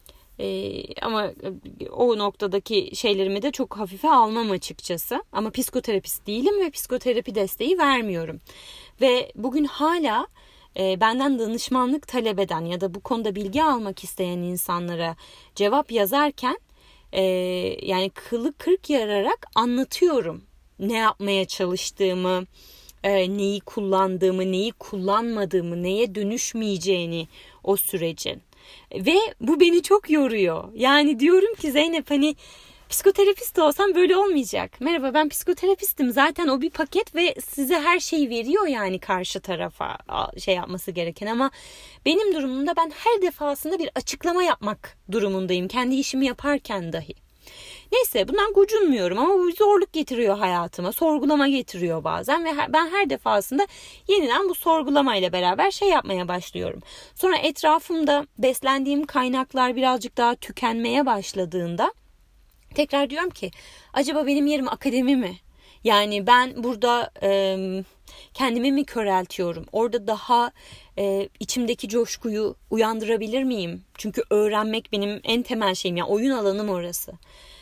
Ama o noktadaki şeylerimi de çok hafife almam açıkçası. Ama psikoterapist değilim ve psikoterapi desteği vermiyorum. Ve bugün hala benden danışmanlık talep eden ya da bu konuda bilgi almak isteyen insanlara cevap yazarken yani kılı kırk yararak anlatıyorum ne yapmaya çalıştığımı, neyi kullandığımı, neyi kullanmadığımı, neye dönüşmeyeceğini o sürecin. Ve bu beni çok yoruyor. Yani diyorum ki Zeynep, hani psikoterapist olsam böyle olmayacak. Merhaba, ben psikoterapistim. Zaten o bir paket ve size her şeyi veriyor yani karşı tarafa şey yapması gereken. Ama benim durumumda ben her defasında bir açıklama yapmak durumundayım. Kendi işimi yaparken dahi. Neyse, bundan gocunmuyorum ama bu zorluk getiriyor hayatıma. Sorgulama getiriyor bazen ve ben her defasında yeniden bu sorgulamayla beraber şey yapmaya başlıyorum. Sonra etrafımda beslendiğim kaynaklar birazcık daha tükenmeye başladığında tekrar diyorum ki acaba benim yerim akademi mi? Yani ben burada kendimi mi köreltiyorum? Orada daha içimdeki coşkuyu uyandırabilir miyim? Çünkü öğrenmek benim en temel şeyim. Yani oyun alanım orası.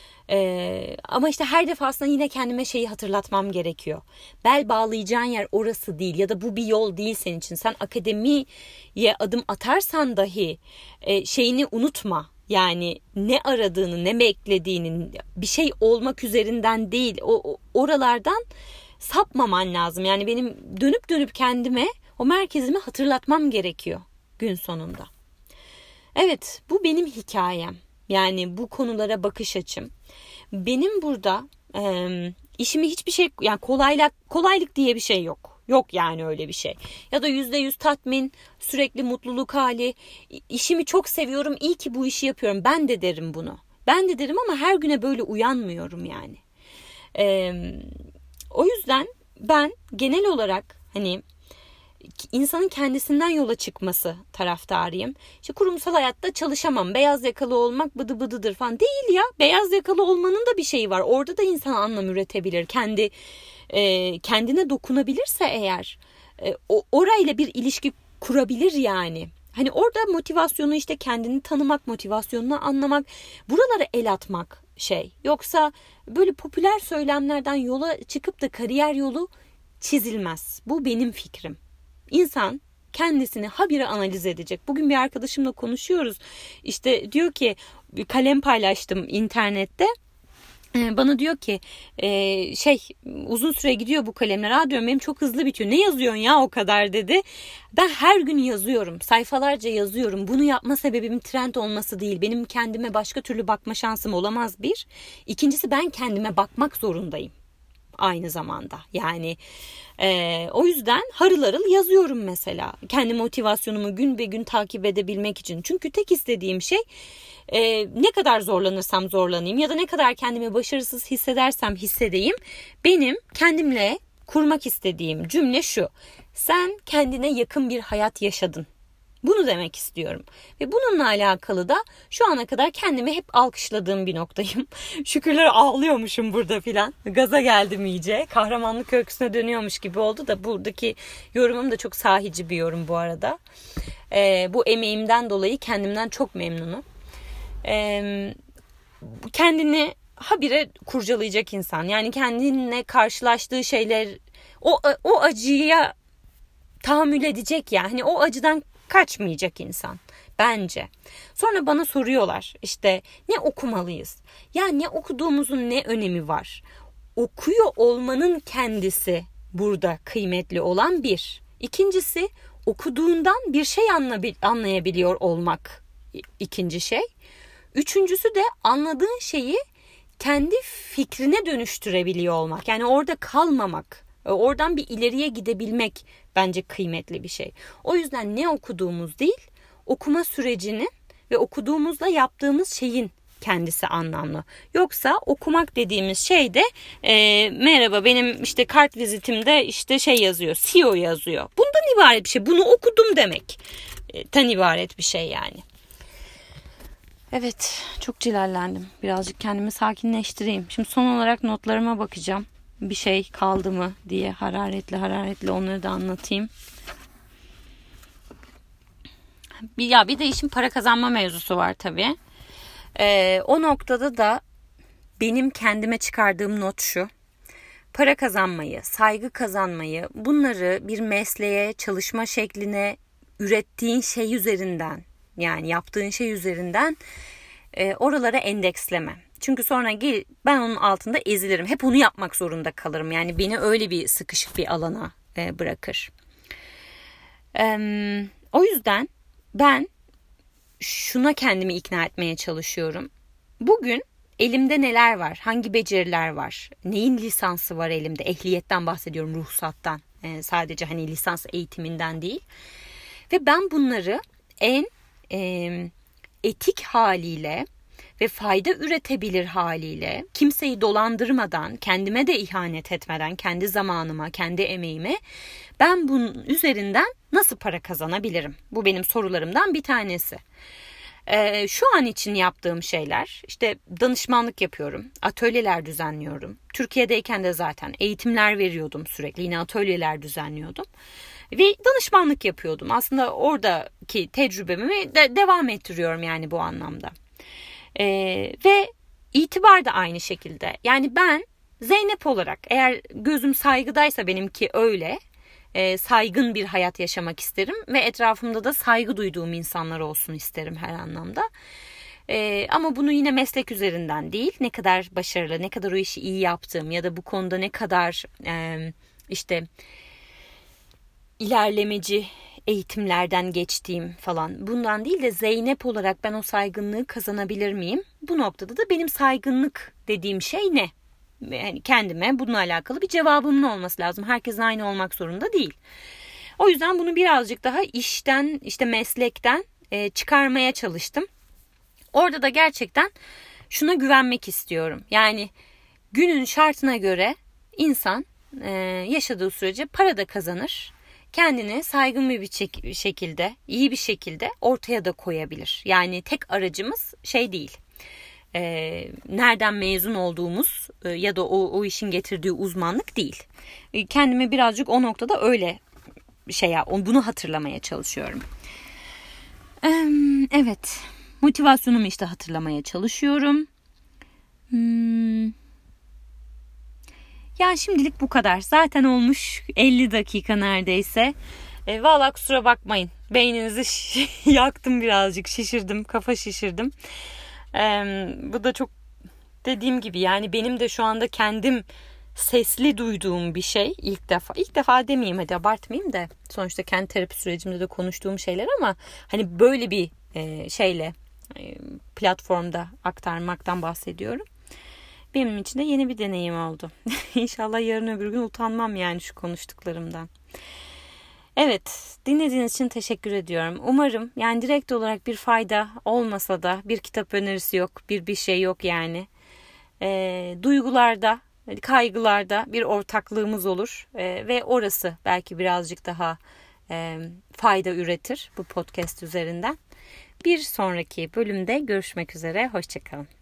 Ama işte her defasında yine kendime şeyi hatırlatmam gerekiyor. Bel bağlayacağın yer orası değil ya da bu bir yol değil senin için. Sen akademiye adım atarsan dahi şeyini unutma. Yani ne aradığını, ne beklediğini, bir şey olmak üzerinden değil, oralardan sapmaman lazım. Yani benim dönüp dönüp kendime o merkezimi hatırlatmam gerekiyor gün sonunda. Evet, bu benim hikayem. Yani bu konulara bakış açım. Benim burada işimi hiçbir şey, yani kolaylık diye bir şey yok. Yok yani öyle bir şey. Ya da %100 tatmin, sürekli mutluluk hali. İşimi çok seviyorum, iyi ki bu işi yapıyorum. Ben de derim bunu. Ben de derim ama her güne böyle uyanmıyorum yani. O yüzden ben genel olarak hani insanın kendisinden yola çıkması taraftarıyım. İşte kurumsal hayatta çalışamam, beyaz yakalı olmak bıdı bıdıdır falan. Değil ya, beyaz yakalı olmanın da bir şeyi var. Orada da insan anlam üretebilir. Kendine dokunabilirse eğer orayla bir ilişki kurabilir yani. Hani orada motivasyonu, işte kendini tanımak, motivasyonunu anlamak, buralara el atmak şey. Yoksa böyle popüler söylemlerden yola çıkıp da kariyer yolu çizilmez. Bu benim fikrim. İnsan kendisini habire analiz edecek. Bugün bir arkadaşımla konuşuyoruz. İşte diyor ki, bir kalem paylaştım internette. Bana diyor ki uzun süre gidiyor bu kalemler. Diyorum, benim çok hızlı bitiyor. Ne yazıyorsun ya o kadar dedi. Ben her gün yazıyorum. Sayfalarca yazıyorum. Bunu yapma sebebim trend olması değil. Benim kendime başka türlü bakma şansım olamaz bir. İkincisi, ben kendime bakmak zorundayım. Aynı zamanda yani o yüzden harıl harıl yazıyorum mesela. Kendi motivasyonumu gün be gün takip edebilmek için. Çünkü tek istediğim şey ne kadar zorlanırsam zorlanayım ya da ne kadar kendimi başarısız hissedersem hissedeyim. Benim kendimle kurmak istediğim cümle şu: sen kendine yakın bir hayat yaşadın. Bunu demek istiyorum. Ve bununla alakalı da şu ana kadar kendimi hep alkışladığım bir noktayım. Şükürler ağlıyormuşum burada filan. Gaza geldim iyice. Kahramanlık öyküsüne dönüyormuş gibi oldu da buradaki yorumum da çok sahici bir yorum bu arada. Bu emeğimden dolayı kendimden çok memnunum. Kendini habire kurcalayacak insan. Yani kendinle karşılaştığı şeyler, o acıya tahammül edecek yani. Hani o acıdan kaçmayacak insan bence. Sonra bana soruyorlar, işte ne okumalıyız? Ya ne okuduğumuzun ne önemi var? Okuyor olmanın kendisi burada kıymetli olan bir. İkincisi, okuduğundan bir şey anlayabiliyor olmak ikinci şey. Üçüncüsü de anladığın şeyi kendi fikrine dönüştürebiliyor olmak. Yani orada kalmamak, oradan bir ileriye gidebilmek bence kıymetli bir şey. O yüzden ne okuduğumuz değil, okuma sürecinin ve okuduğumuzda yaptığımız şeyin kendisi anlamlı. Yoksa okumak dediğimiz şey de merhaba benim işte kart vizitimde işte şey yazıyor, CEO yazıyor. Bundan ibaret bir şey. Bunu okudum demek. Tan ibaret bir şey yani. Evet, çok cilallendim. Birazcık kendimi sakinleştireyim. Şimdi son olarak notlarıma bakacağım. Bir şey kaldı mı diye hararetli onları da anlatayım. Bir de işin para kazanma mevzusu var tabii. O noktada da benim kendime çıkardığım not şu. Para kazanmayı, saygı kazanmayı, bunları bir mesleğe, çalışma şekline, ürettiğin şey üzerinden, yani yaptığın şey üzerinden oralara endeksleme. Çünkü sonra ben onun altında ezilirim. Hep onu yapmak zorunda kalırım. Yani beni öyle bir sıkışık bir alana bırakır. O yüzden ben şuna kendimi ikna etmeye çalışıyorum. Bugün elimde neler var? Hangi beceriler var? Neyin lisansı var elimde? Ehliyetten bahsediyorum, ruhsattan. Sadece hani lisans eğitiminden değil. Ve ben bunları en etik haliyle ve fayda üretebilir haliyle, kimseyi dolandırmadan, kendime de ihanet etmeden, kendi zamanıma, kendi emeğime ben bunun üzerinden nasıl para kazanabilirim? Bu benim sorularımdan bir tanesi. Şu an için yaptığım şeyler, işte danışmanlık yapıyorum, atölyeler düzenliyorum. Türkiye'deyken de zaten eğitimler veriyordum sürekli, yine atölyeler düzenliyordum. Ve danışmanlık yapıyordum. Aslında oradaki tecrübemi devam ettiriyorum yani bu anlamda. Ve itibar da aynı şekilde. Yani ben Zeynep olarak, eğer gözüm saygıdaysa benimki öyle, saygın bir hayat yaşamak isterim ve etrafımda da saygı duyduğum insanlar olsun isterim her anlamda. Ama bunu yine meslek üzerinden değil, ne kadar başarılı, ne kadar o işi iyi yaptığım ya da bu konuda ne kadar işte ilerlemeci eğitimlerden geçtiğim falan, bundan değil de Zeynep olarak ben o saygınlığı kazanabilir miyim? Bu noktada da benim saygınlık dediğim şey ne? Yani kendime bununla alakalı bir cevabımın olması lazım. Herkesin aynı olmak zorunda değil. O yüzden bunu birazcık daha işten, işte meslekten çıkarmaya çalıştım. Orada da gerçekten şuna güvenmek istiyorum. Yani günün şartına göre insan yaşadığı sürece para da kazanır. Kendini saygın bir şekilde, iyi bir şekilde ortaya da koyabilir. Yani tek aracımız şey değil. Nereden mezun olduğumuz ya da o işin getirdiği uzmanlık değil. Kendime birazcık o noktada öyle bunu hatırlamaya çalışıyorum. Evet, motivasyonumu işte hatırlamaya çalışıyorum. Yani şimdilik bu kadar. Zaten olmuş 50 dakika neredeyse. Vallahi kusura bakmayın. Beyninizi yaktım birazcık. Şişirdim. Kafa şişirdim. Bu da çok dediğim gibi yani benim de şu anda kendim sesli duyduğum bir şey. İlk defa demeyeyim, hadi abartmayayım da. Sonuçta kendi terapi sürecimde de konuştuğum şeyler ama hani böyle bir şeyle platformda aktarmaktan bahsediyorum. Benim için de yeni bir deneyim oldu. İnşallah yarın öbür gün utanmam yani şu konuştuklarımdan. Evet, dinlediğiniz için teşekkür ediyorum. Umarım yani direkt olarak bir fayda olmasa da, bir kitap önerisi yok, bir şey yok yani. Duygularda, kaygılarda bir ortaklığımız olur ve orası belki birazcık daha fayda üretir bu podcast üzerinden. Bir sonraki bölümde görüşmek üzere, hoşça kalın.